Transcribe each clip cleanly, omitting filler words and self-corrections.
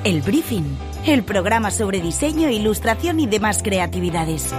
El Briefing, el programa sobre diseño, ilustración y demás creatividades.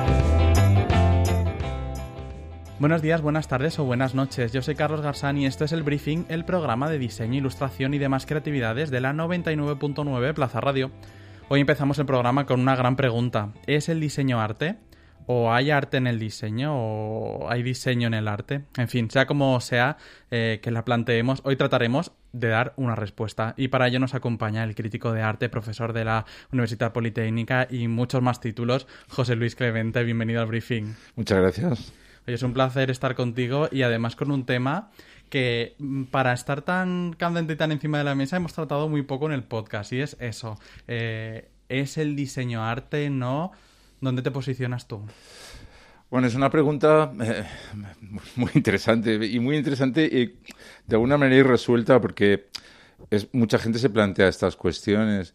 Buenos días, buenas tardes o buenas noches. Yo soy Carlos Garzán y esto es El Briefing, el programa de diseño, ilustración y demás creatividades de la 99.9 Plaza Radio. Hoy empezamos el programa con una gran pregunta. ¿Es el diseño arte? ¿O hay arte en el diseño? ¿O hay diseño en el arte? En fin, sea como sea que la planteemos, hoy trataremos de dar una respuesta. Y para ello nos acompaña el crítico de arte, profesor de la Universidad Politécnica y muchos más títulos, José Luis Clemente. Bienvenido al Briefing. Muchas gracias. Oye, es un placer estar contigo y además con un tema que para estar tan candente y tan encima de la mesa hemos tratado muy poco en el podcast y es eso. ¿Es el diseño arte? ¿No? ¿Dónde te posicionas tú? Bueno, es una pregunta muy interesante y de alguna manera irresuelta porque mucha gente se plantea estas cuestiones.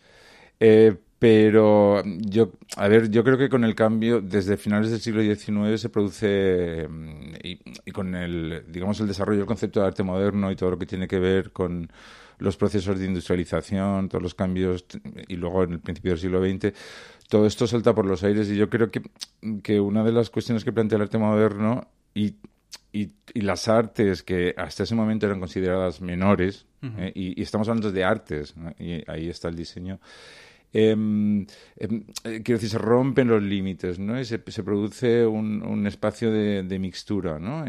Pero yo creo que con el cambio, desde finales del siglo XIX se produce, y con el desarrollo del concepto de arte moderno y todo lo que tiene que ver con los procesos de industrialización, todos los cambios, y luego en el principio del siglo XX, todo esto salta por los aires. Y yo creo que una de las cuestiones que plantea el arte moderno y las artes que hasta ese momento eran consideradas menores, y estamos hablando de artes, ¿no? Y ahí está el diseño. Quiero decir, se rompen los límites, ¿no? Y se produce un espacio de mixtura, ¿no?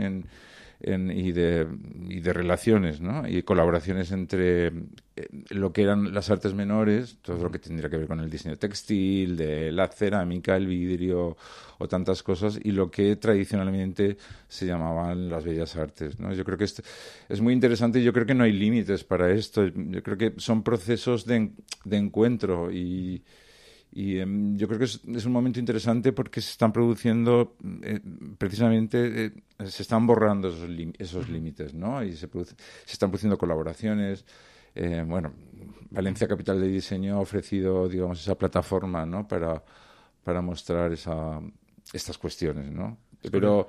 Y de relaciones, ¿no? Y colaboraciones entre lo que eran las artes menores, todo lo que tendría que ver con el diseño textil, de la cerámica, el vidrio o tantas cosas, y lo que tradicionalmente se llamaban las bellas artes, ¿no? Yo creo que es muy interesante y yo creo que no hay límites para esto. Yo creo que son procesos de encuentro y yo creo que es un momento interesante porque se están produciendo precisamente se están borrando esos límites, ¿no? Y se están produciendo colaboraciones. Bueno, Valencia Capital de Diseño ha ofrecido, digamos, esa plataforma, ¿no? para mostrar estas cuestiones, ¿no? Pero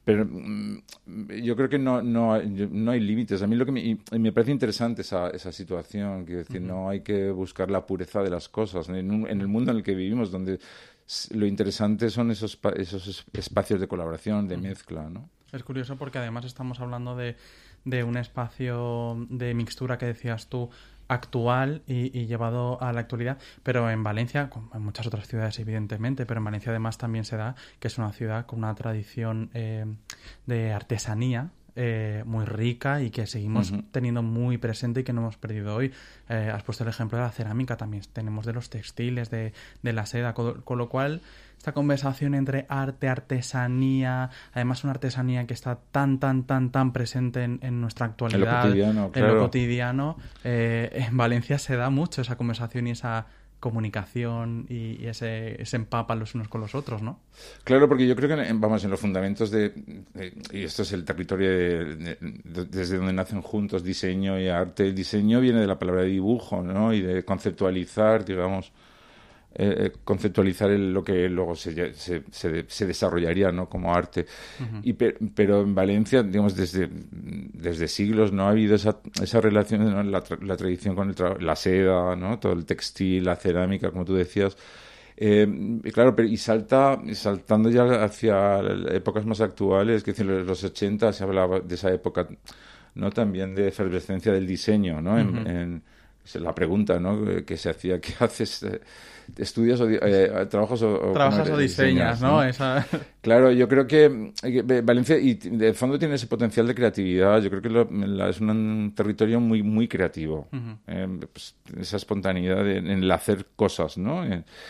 yo creo que no hay límites. A mí lo que me parece interesante esa situación, quiero decir, no hay que buscar la pureza de las cosas en el mundo en el que vivimos, donde lo interesante son esos espacios de colaboración, de mezcla, ¿no? Es curioso porque además estamos hablando de un espacio de mixtura que decías tú, actual y llevado a la actualidad, pero en Valencia, como en muchas otras ciudades evidentemente, pero en Valencia además también se da que es una ciudad con una tradición de artesanía muy rica y que seguimos teniendo muy presente y que no hemos perdido hoy. Has puesto el ejemplo de la cerámica, también tenemos de los textiles, de la seda, con lo cual esta conversación entre arte, artesanía, además una artesanía que está tan presente en nuestra actualidad, en lo cotidiano, en Valencia se da mucho esa conversación y esa comunicación y ese empapa los unos con los otros, ¿no? Claro, porque yo creo que, en los fundamentos y esto es el territorio desde donde nacen juntos diseño y arte. El diseño viene de la palabra dibujo, ¿no? Y de conceptualizar, digamos, conceptualizar lo que luego se desarrollaría, ¿no? Como arte. Pero en Valencia, digamos, desde siglos no ha habido esa relación, ¿no? La tradición con la seda, ¿no? Todo el textil, la cerámica, como tú decías. Claro, saltando ya hacia épocas más actuales, que decir, los 80 se hablaba de esa época, ¿no? También de efervescencia del diseño, ¿no? La pregunta, ¿no? Que se hacía, ¿qué haces? ¿Estudias o trabajas o trabajas o diseñas, ¿no? Claro, yo creo que Valencia y de fondo tiene ese potencial de creatividad. Yo creo que es un territorio muy muy creativo. Pues, esa espontaneidad en el hacer cosas, ¿no?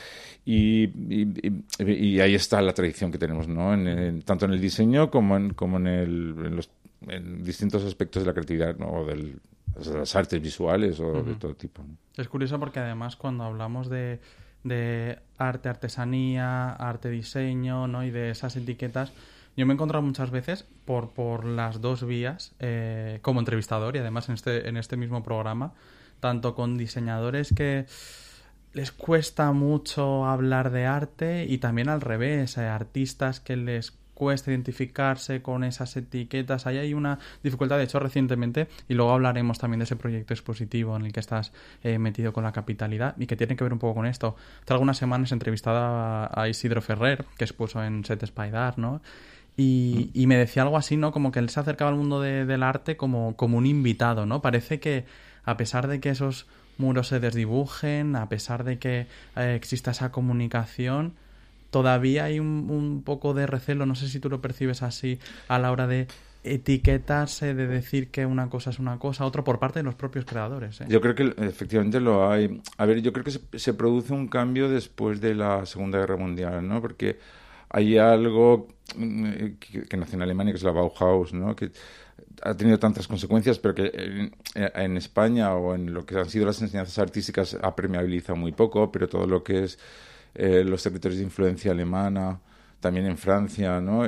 Y ahí está la tradición que tenemos, ¿no? Tanto en el diseño como en distintos aspectos de la creatividad, ¿no? O de las artes visuales o de todo tipo, ¿no? Es curioso porque además cuando hablamos de arte, artesanía, arte, diseño, ¿no? Y de esas etiquetas, yo me he encontrado muchas veces por las dos vías como entrevistador y además en este mismo programa, tanto con diseñadores que les cuesta mucho hablar de arte y también al revés, artistas que les cuesta identificarse con esas etiquetas. Ahí hay una dificultad, de hecho, recientemente, y luego hablaremos también de ese proyecto expositivo en el que estás metido con la capitalidad y que tiene que ver un poco con esto. Hace algunas semanas entrevistada a Isidro Ferrer, que expuso en Set Spaidar, ¿no? Y me decía algo así, ¿no? Como que él se acercaba al mundo del arte como un invitado, ¿no? Parece que a pesar de que esos muros se desdibujen, a pesar de que exista esa comunicación, todavía hay un poco de recelo, no sé si tú lo percibes así, a la hora de etiquetarse, de decir que una cosa es una cosa, otra por parte de los propios creadores, ¿eh? Yo creo que efectivamente lo hay. A ver, yo creo que se produce un cambio después de la Segunda Guerra Mundial, ¿no? Porque hay algo que nació en Alemania, que es la Bauhaus, ¿no? Que ha tenido tantas consecuencias, pero que en España o en lo que han sido las enseñanzas artísticas ha permeabilizado muy poco, pero todo lo que es los territorios de influencia alemana, también en Francia, ¿no?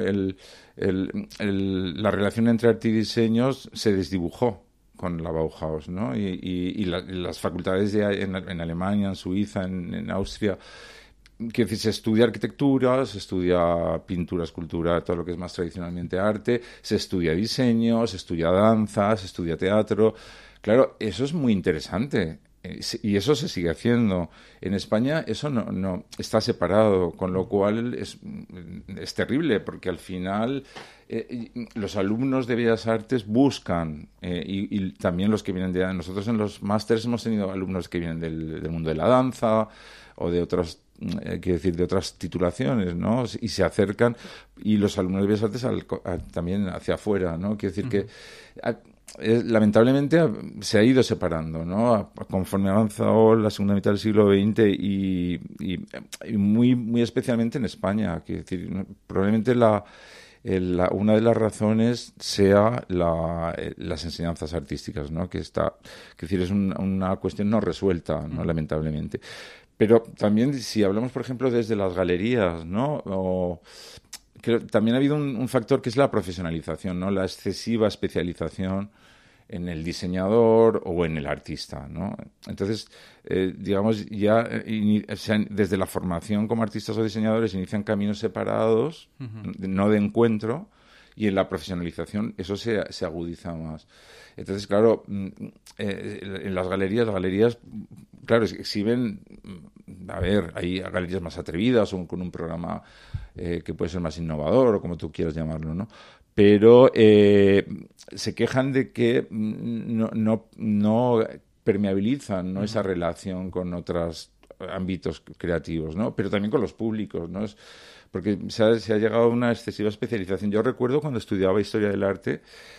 La relación entre arte y diseños se desdibujó con la Bauhaus, ¿no? Y las facultades en Alemania, en Suiza, en Austria, quiero decir, se estudia arquitectura, se estudia pintura, escultura, todo lo que es más tradicionalmente arte, se estudia diseño, se estudia danza, se estudia teatro. Claro, eso es muy interesante. Y eso se sigue haciendo. En España eso no está separado, con lo cual es terrible, porque al final los alumnos de Bellas Artes buscan, y también los que vienen de... Nosotros en los másteres hemos tenido alumnos que vienen del mundo de la danza o de otras, quiero decir, de otras titulaciones, ¿no? Y se acercan, y los alumnos de Bellas Artes también hacia afuera, ¿no? Quiero decir que... lamentablemente se ha ido separando, ¿no? Conforme ha avanzado la segunda mitad del siglo XX y muy, muy especialmente en España. Quiero decir, probablemente una de las razones sea las enseñanzas artísticas, ¿no? Que quiero decir, es una cuestión no resuelta, ¿no? Lamentablemente. Pero también, si hablamos, por ejemplo, desde las galerías, ¿no? También ha habido un factor que es la profesionalización, ¿no? La excesiva especialización en el diseñador o en el artista, ¿no? Entonces, digamos, ya desde la formación como artistas o diseñadores inician caminos separados, no de encuentro, y en la profesionalización eso se agudiza más. Entonces, claro, en las galerías, claro, exhiben, a ver, hay galerías más atrevidas o con un programa que puede ser más innovador o como tú quieras llamarlo, ¿no? Pero se quejan de que no permeabilizan, ¿no? Esa relación con otros ámbitos creativos, ¿no? Pero también con los públicos, ¿no? Porque se ha llegado a una excesiva especialización. Yo recuerdo cuando estudiaba Historia del Arte,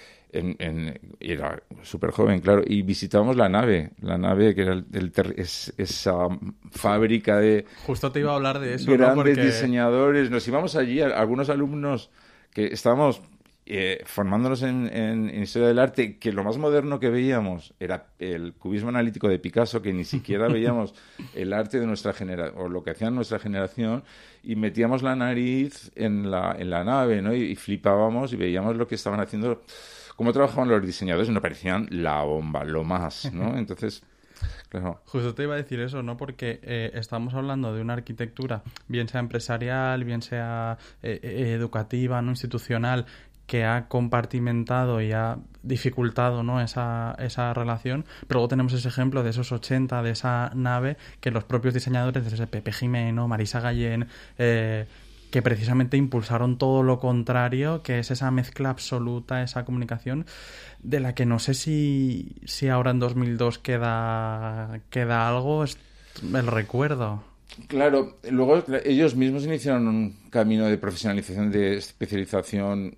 era súper joven, claro, y visitábamos la nave que era esa fábrica de... Justo te iba a hablar de eso, grandes, ¿no? Porque... diseñadores. Nos íbamos allí, algunos alumnos que estábamos formándonos en Historia del Arte, que lo más moderno que veíamos era el cubismo analítico de Picasso, que ni siquiera veíamos el arte de nuestra generación, o lo que hacía nuestra generación, y metíamos la nariz en la nave, ¿no? Y flipábamos y veíamos lo que estaban haciendo, cómo trabajaban los diseñadores, y nos parecían la bomba, lo más, ¿no? Entonces... Claro. Justo te iba a decir eso, ¿no? Porque estamos hablando de una arquitectura, bien sea empresarial, bien sea educativa, no institucional, que ha compartimentado y ha dificultado, ¿no? esa relación, pero luego tenemos ese ejemplo de esos 80, de esa nave, que los propios diseñadores, desde Pepe Jimeno, Marisa Gallén, que precisamente impulsaron todo lo contrario, que es esa mezcla absoluta, esa comunicación, de la que no sé si ahora en 2002 queda algo, es el recuerdo. Claro, luego ellos mismos iniciaron un camino de profesionalización, de especialización,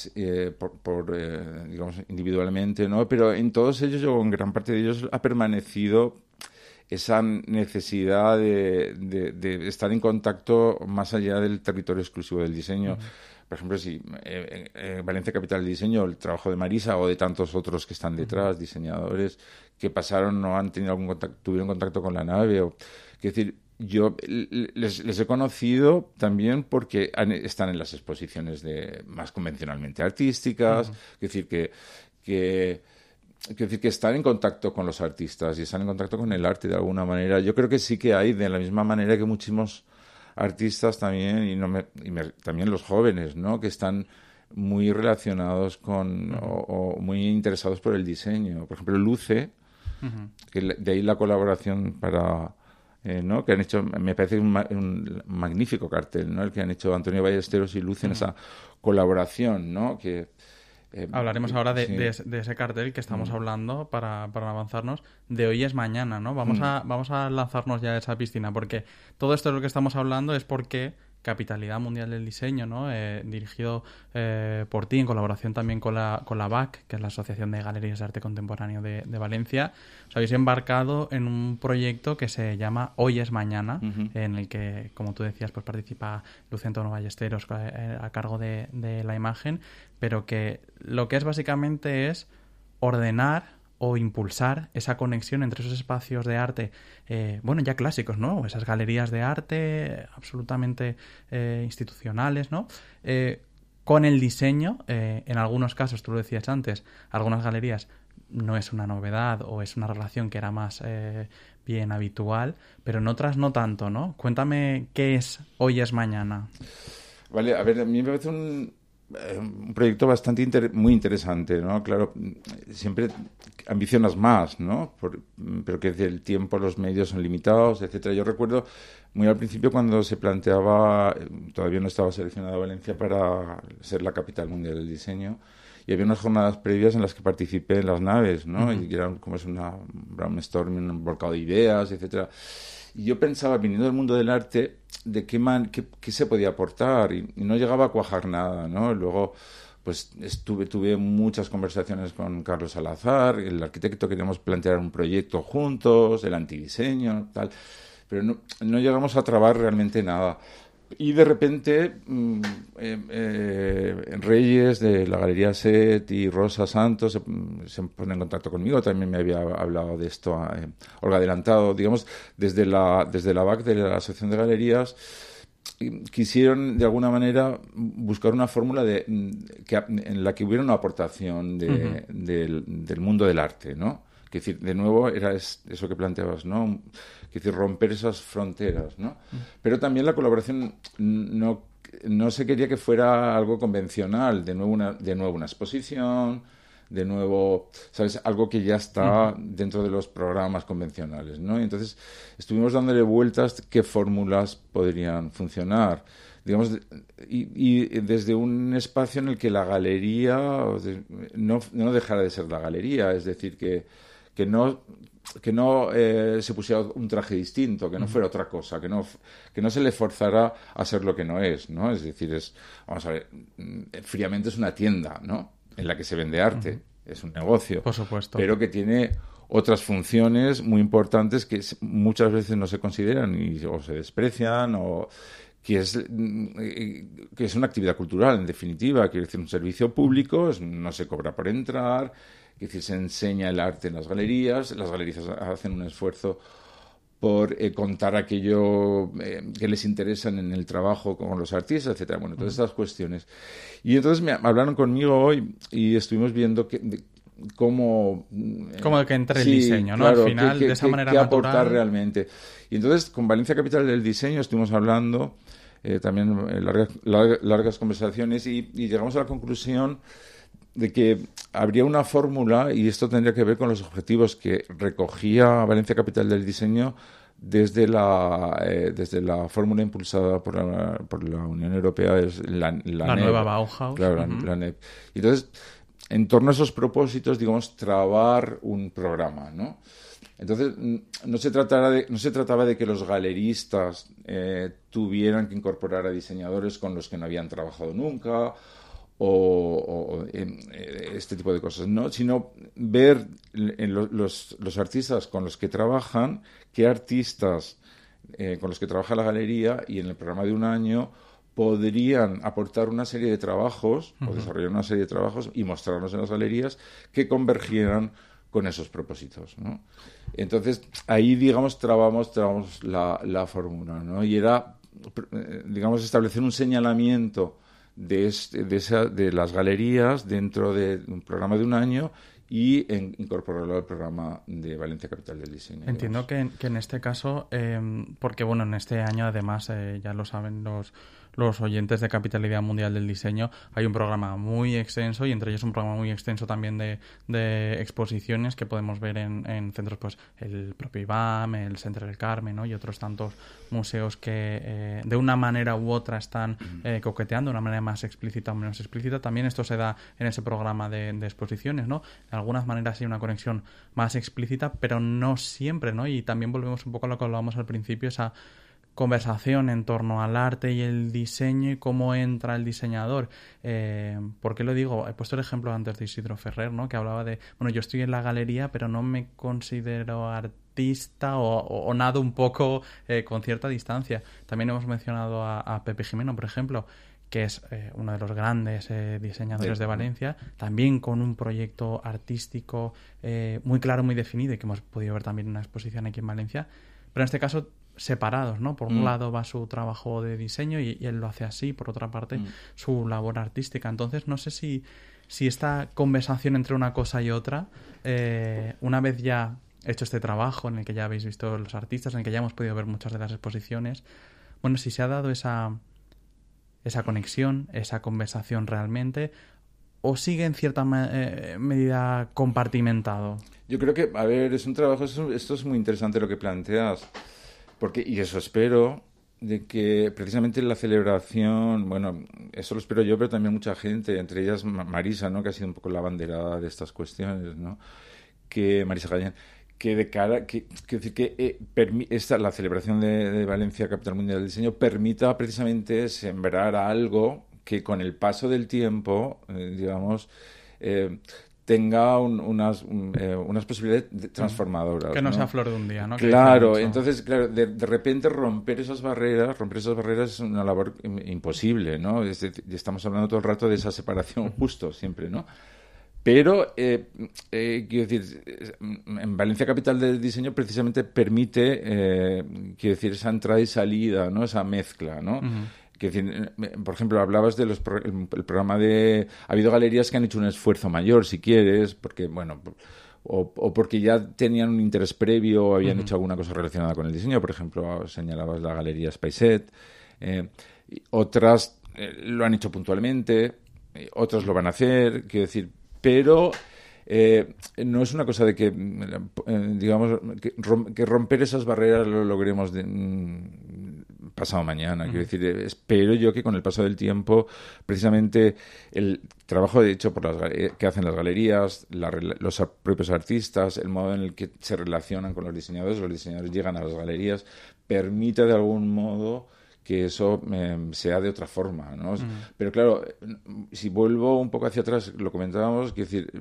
digamos, individualmente, ¿no? Pero en todos ellos, o en gran parte de ellos, ha permanecido esa necesidad de estar en contacto más allá del territorio exclusivo del diseño. Por ejemplo, si Valencia Capital del Diseño, el trabajo de Marisa o de tantos otros que están detrás, diseñadores que pasaron, no han tenido algún contacto, tuvieron contacto con la nave. Es decir, yo les he conocido también porque están en las exposiciones más convencionalmente artísticas. Es decir, que están en contacto con los artistas y están en contacto con el arte de alguna manera. Yo creo que sí que hay, de la misma manera que muchísimos artistas también, también los jóvenes, ¿no? Que están muy relacionados con o muy interesados por el diseño. Por ejemplo, Luce, que de ahí la colaboración para... ¿no? Que han hecho, me parece un magnífico cartel, ¿no? El que han hecho Antonio Ballesteros y Luce en esa colaboración, ¿no? Que hablaremos ahora sí. de ese cartel que estamos hablando para avanzarnos. De hoy es mañana, ¿no? Vamos a lanzarnos ya a esa piscina, porque todo esto de lo que estamos hablando es porque Capitalidad Mundial del Diseño, ¿no? Dirigido por ti, en colaboración también con la BAC, que es la Asociación de Galerías de Arte Contemporáneo de Valencia. Os habéis embarcado en un proyecto que se llama Hoy es Mañana, en el que, como tú decías, pues participa Luciano Ballesteros a cargo de la imagen, pero que lo que es básicamente es ordenar o impulsar esa conexión entre esos espacios de arte, ya clásicos, ¿no? Esas galerías de arte absolutamente institucionales, ¿no? Con el diseño, en algunos casos, tú lo decías antes, algunas galerías no es una novedad o es una relación que era más bien habitual, pero en otras no tanto, ¿no? Cuéntame qué es Hoy es Mañana. Vale, a ver, a mí me parece un proyecto bastante muy interesante, ¿no? Claro, siempre ambicionas más, ¿no? Pero que el tiempo, los medios son limitados, etcétera. Yo recuerdo muy al principio cuando se planteaba, todavía no estaba seleccionada Valencia para ser la capital mundial del diseño, y había unas jornadas previas en las que participé en las naves, ¿no? Y eran como es una brainstorming, un volcado de ideas, etcétera. Y yo pensaba, viniendo del mundo del arte, de qué se podía aportar, y no llegaba a cuajar nada, ¿no? Luego, pues tuve muchas conversaciones con Carlos Salazar, el arquitecto, queríamos plantear un proyecto juntos, el antidiseño, tal, pero no llegamos a trabar realmente nada. Y de repente, Reyes de la Galería SET y Rosa Santos se ponen en contacto conmigo. También me había hablado de esto Olga Adelantado. Digamos, desde la BAC, de la Asociación de Galerías, quisieron, de alguna manera, buscar una fórmula en la que hubiera una aportación del mundo del arte, ¿no? Que decir, de nuevo, era eso que planteabas, ¿no? Que decir, romper esas fronteras, ¿no? Pero también la colaboración no se quería que fuera algo convencional, de nuevo una exposición, de nuevo, ¿sabes? Algo que ya está dentro de los programas convencionales, ¿no? Y entonces estuvimos dándole vueltas qué fórmulas podrían funcionar. Digamos, y desde un espacio en el que la galería no dejara de ser la galería, es decir, que no se pusiera un traje distinto, que no fuera otra cosa, que no se le forzara a ser lo que no es, ¿no? Es decir, vamos a ver, fríamente es una tienda, ¿no? En la que se vende arte, es un negocio, por supuesto, pero que tiene otras funciones muy importantes que muchas veces no se consideran o se desprecian, o que es una actividad cultural, en definitiva, quiere decir, un servicio público, no se cobra por entrar. Es decir, se enseña el arte en las galerías hacen un esfuerzo por contar aquello que les interesa en el trabajo con los artistas, etcétera. Bueno, todas estas cuestiones. Y entonces me hablaron conmigo hoy y estuvimos viendo cómo que entre el diseño, ¿no? Claro, al final, de esa manera qué natural. Aportar realmente. Y entonces, con Valencia Capital del Diseño estuvimos hablando también largas conversaciones y llegamos a la conclusión de que habría una fórmula, y esto tendría que ver con los objetivos que recogía Valencia Capital del Diseño desde la fórmula impulsada por la Unión Europea, es la nueva Bauhaus. Claro, la NEP. Y entonces, en torno a esos propósitos, digamos, trabar un programa, ¿no? Entonces, no se trataba de que los galeristas tuvieran que incorporar a diseñadores con los que no habían trabajado nunca, o este tipo de cosas, ¿no? Sino ver en los artistas con los que trabajan, qué artistas con los que trabaja la galería, y en el programa de un año podrían aportar una serie de trabajos o desarrollar una serie de trabajos y mostrarnos en las galerías que convergieran con esos propósitos, ¿no? Entonces, ahí, digamos, trabamos la fórmula, ¿no? Y era, digamos, establecer un señalamiento de las galerías dentro de un programa de un año y incorporarlo al programa de Valencia Capital del Diseño. Entiendo que en este caso, porque bueno, en este año además, ya lo saben los oyentes de Capitalidad Mundial del Diseño, hay un programa muy extenso y entre ellos un programa muy extenso también de exposiciones que podemos ver en centros, pues el propio IBAM, el Centre del Carmen, ¿no? Y otros tantos museos que de una manera u otra están coqueteando de una manera más explícita o menos explícita. También esto se da en ese programa de exposiciones, ¿no? De algunas maneras hay una conexión más explícita, pero no siempre, ¿no? Y también volvemos un poco a lo que hablábamos al principio, esa conversación en torno al arte y el diseño y cómo entra el diseñador. ¿Por qué lo digo? He puesto el ejemplo antes de Isidro Ferrer, ¿no? Que hablaba de, bueno, yo estoy en la galería, pero no me considero artista o nado un poco con cierta distancia. También hemos mencionado a Pepe Jimeno, por ejemplo, que es uno de los grandes diseñadores de Valencia, también con un proyecto artístico muy claro, muy definido y que hemos podido ver también en una exposición aquí en Valencia, pero en este caso separados, ¿no? Por un lado va su trabajo de diseño y él lo hace así, por otra parte su labor artística. Entonces no sé si esta conversación entre una cosa y otra, una vez ya hecho este trabajo en el que ya habéis visto los artistas, en el que ya hemos podido ver muchas de las exposiciones, bueno, si se ha dado esa conexión, esa conversación realmente, o sigue en cierta medida compartimentado. Yo creo que, a ver, es un trabajo, esto es muy interesante lo que planteas, porque, y eso espero, de que precisamente la celebración, bueno, eso lo espero yo, pero también mucha gente, entre ellas Marisa, ¿no? Que ha sido un poco la banderada de estas cuestiones, ¿no? Que Marisa Gallén, que de cara, que la celebración de Valencia Capital Mundial del Diseño permita precisamente sembrar algo que con el paso del tiempo, digamos, tenga unas posibilidades transformadoras. Que no sea flor de un día, ¿no? Claro, entonces, claro, de repente romper esas barreras es una labor imposible, ¿no? Estamos hablando todo el rato de esa separación justo, siempre, ¿no? Pero, quiero decir, en Valencia Capital del Diseño precisamente permite, quiero decir, esa entrada y salida, ¿no? Esa mezcla, ¿no? Quiero decir, por ejemplo, hablabas de el programa de... Ha habido galerías que han hecho un esfuerzo mayor, si quieres, porque, bueno, o porque ya tenían un interés previo o habían hecho alguna cosa relacionada con el diseño. Por ejemplo, señalabas la galería Spaiset. Otras lo han hecho puntualmente, otras lo van a hacer, quiero decir... Pero no es una cosa de que, digamos, que romper esas barreras lo logremos pasado mañana. Quiero decir, espero yo que con el paso del tiempo, precisamente el trabajo hecho que hacen las galerías, los propios artistas, el modo en el que se relacionan con los diseñadores llegan a las galerías, permite de algún modo que eso sea de otra forma, ¿no? Pero claro, si vuelvo un poco hacia atrás, lo comentábamos, quiero decir,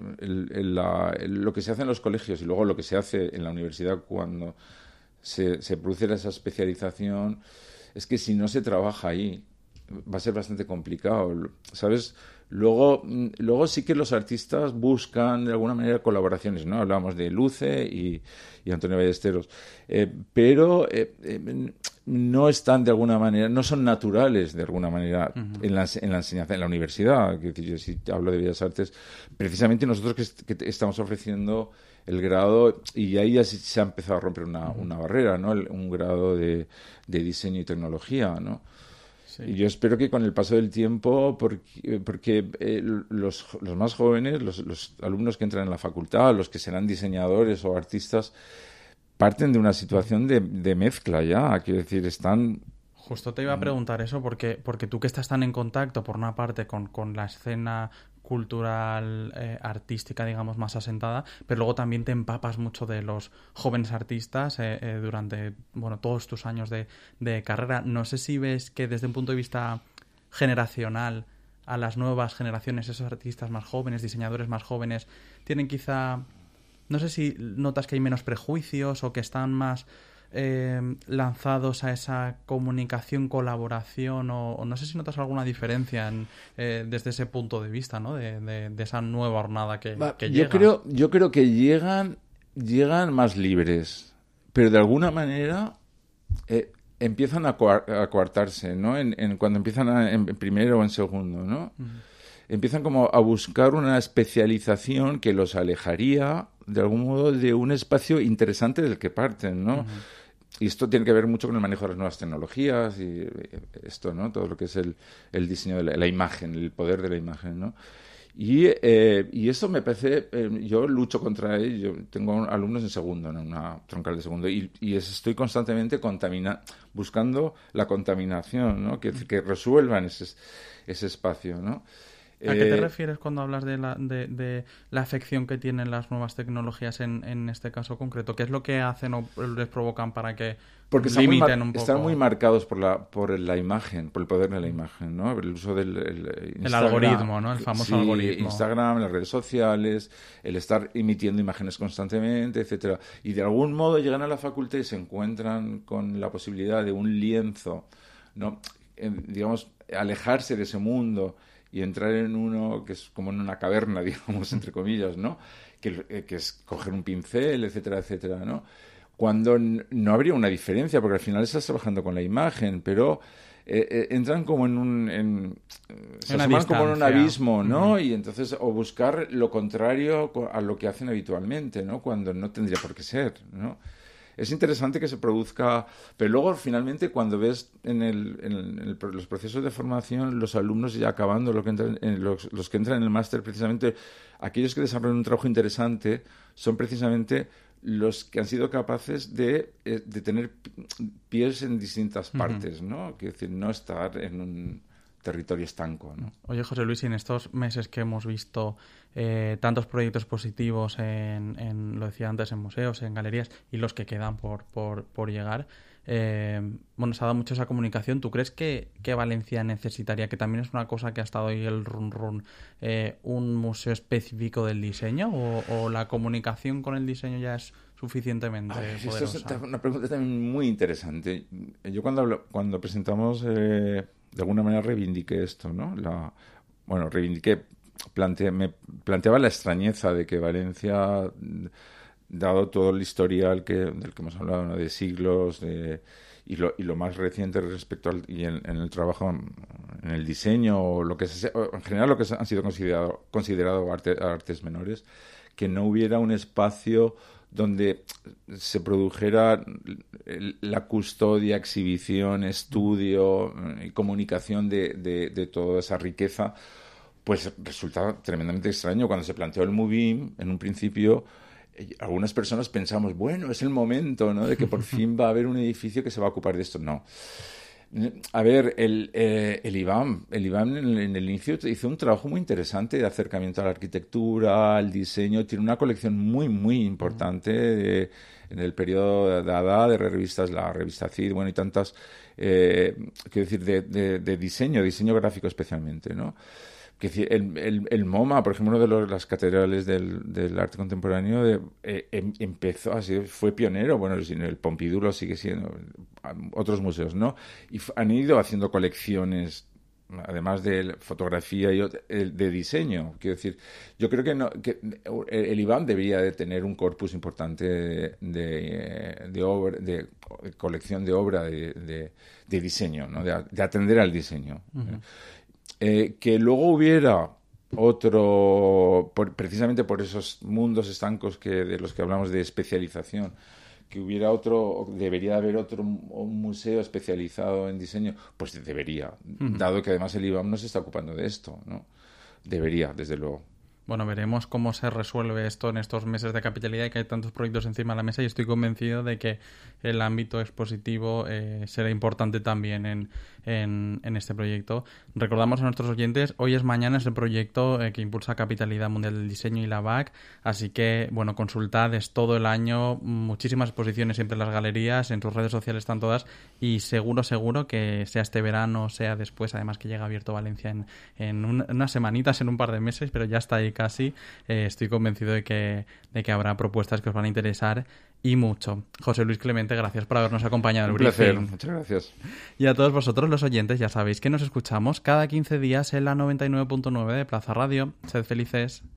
lo que se hace en los colegios y luego lo que se hace en la universidad cuando se produce esa especialización, es que si no se trabaja ahí, va a ser bastante complicado, ¿sabes? Luego sí que los artistas buscan de alguna manera colaboraciones, ¿no? Hablábamos de Luce y Antonio Ballesteros, pero no están de alguna manera, no son naturales de alguna manera en la enseñanza, en la universidad. Es decir, yo si hablo de Bellas Artes, precisamente nosotros que estamos ofreciendo el grado, y ahí ya se ha empezado a romper una barrera, ¿no? Un grado de diseño y tecnología, ¿no? Sí. Y yo espero que con el paso del tiempo, porque los más jóvenes, los alumnos que entran en la facultad, los que serán diseñadores o artistas, parten de una situación de mezcla ya. Quiero decir, están... Justo te iba a preguntar eso, porque tú que estás tan en contacto, por una parte, con la escena cultural, artística, digamos, más asentada, pero luego también te empapas mucho de los jóvenes artistas durante, bueno, todos tus años de carrera. No sé si ves que desde un punto de vista generacional a las nuevas generaciones, esos artistas más jóvenes, diseñadores más jóvenes, tienen quizá... No sé si notas que hay menos prejuicios o que están más lanzados a esa comunicación, colaboración, o no sé si notas alguna diferencia desde ese punto de vista, ¿no? De esa nueva hornada que llega. Yo creo que llegan más libres, pero de alguna manera empiezan a coartarse, ¿no? Cuando empiezan en primero o en segundo, ¿no? empiezan como a buscar una especialización que los alejaría, de algún modo, de un espacio interesante del que parten, ¿no? Y esto tiene que ver mucho con el manejo de las nuevas tecnologías y esto, ¿no? Todo lo que es el diseño de la imagen, el poder de la imagen, ¿no? Y eso me parece, yo lucho contra ello. Yo tengo alumnos en segundo, en una troncal de segundo, y estoy constantemente buscando la contaminación, ¿no? Que resuelvan ese espacio, ¿no? ¿A qué te refieres cuando hablas de la afección que tienen las nuevas tecnologías en este caso concreto? ¿Qué es lo que hacen o les provocan para que porque limiten un poco? Están muy marcados por la imagen, por el poder de la imagen, ¿no? El uso del el algoritmo, ¿no? El famoso algoritmo. Instagram, las redes sociales, el estar emitiendo imágenes constantemente, etcétera. Y de algún modo llegan a la facultad y se encuentran con la posibilidad de un lienzo, ¿no? Digamos, alejarse de ese mundo y entrar en uno que es como en una caverna, digamos, entre comillas, ¿no? Que es coger un pincel, etcétera, etcétera, ¿no? Cuando no habría una diferencia, porque al final estás trabajando con la imagen, pero entran como se asoman como en un abismo, ¿no? Y entonces, o buscar lo contrario a lo que hacen habitualmente, ¿no? Cuando no tendría por qué ser, ¿no? Es interesante que se produzca, pero luego finalmente cuando ves en los procesos de formación, los alumnos ya acabando, los que entran en el máster, precisamente aquellos que desarrollan un trabajo interesante son precisamente los que han sido capaces de tener pies en distintas partes, ¿no? Quiero decir, no estar en un territorio estanco, ¿no? Oye, José Luis, y en estos meses que hemos visto tantos proyectos positivos lo decía antes, en museos, en galerías, y los que quedan por llegar, bueno, se ha dado mucho esa comunicación. ¿Tú crees que Valencia necesitaría, que también es una cosa que ha estado ahí el run, un museo específico del diseño, o la comunicación con el diseño ya es suficientemente poderosa? Esto es una pregunta también muy interesante. Yo cuando presentamos, de alguna manera reivindiqué esto, ¿no? Me planteaba la extrañeza de que Valencia, dado todo el historial del que hemos hablado, ¿no? De siglos, y lo más reciente respecto en el trabajo, en el diseño, o en general lo que han sido considerado artes menores, que no hubiera un espacio donde se produjera la custodia, exhibición, estudio y comunicación de toda esa riqueza. Pues resulta tremendamente extraño. Cuando se planteó el MUBIM, en un principio, algunas personas pensamos, bueno, es el momento, ¿no?, de que por fin va a haber un edificio que se va a ocupar de esto. No. A ver, el IBAM en el inicio hizo un trabajo muy interesante de acercamiento a la arquitectura, al diseño. Tiene una colección muy, muy importante en el periodo de Dada, de revistas, la revista CID, bueno, y tantas, quiero decir, de diseño gráfico especialmente, ¿no? Que el MoMA, por ejemplo, una de las catedrales del arte contemporáneo, empezó así, fue pionero. Bueno, el Pompidou lo sigue siendo, otros museos, ¿no? Y han ido haciendo colecciones, además de fotografía y de diseño. Quiero decir, yo creo que el IBAM debería de tener un corpus importante de obra, de colección de obra de diseño, ¿no? De atender al diseño. Uh-huh. Que luego hubiera precisamente por esos mundos estancos de los que hablamos de especialización, que hubiera debería haber un museo especializado en diseño, pues debería, dado que además el IBAM no se está ocupando de esto, ¿no? Debería, desde luego. Bueno, veremos cómo se resuelve esto en estos meses de capitalidad y que hay tantos proyectos encima de la mesa, y estoy convencido de que el ámbito expositivo será importante también en este proyecto. Recordamos a nuestros oyentes, Hoy es Mañana es el proyecto que impulsa Capitalidad Mundial del Diseño y la BAC, así que, bueno, consultad, es todo el año, muchísimas exposiciones siempre en las galerías, en sus redes sociales están todas, y seguro que sea este verano, sea después, además que llega abierto Valencia en unas semanitas, en un par de meses, pero ya está ahí casi. Estoy convencido de que habrá propuestas que os van a interesar y mucho. José Luis Clemente, gracias por habernos acompañado en el briefing. Un placer, muchas gracias. Y a todos vosotros, los oyentes, ya sabéis que nos escuchamos cada 15 días en la 99.9 de Plaza Radio. Sed felices.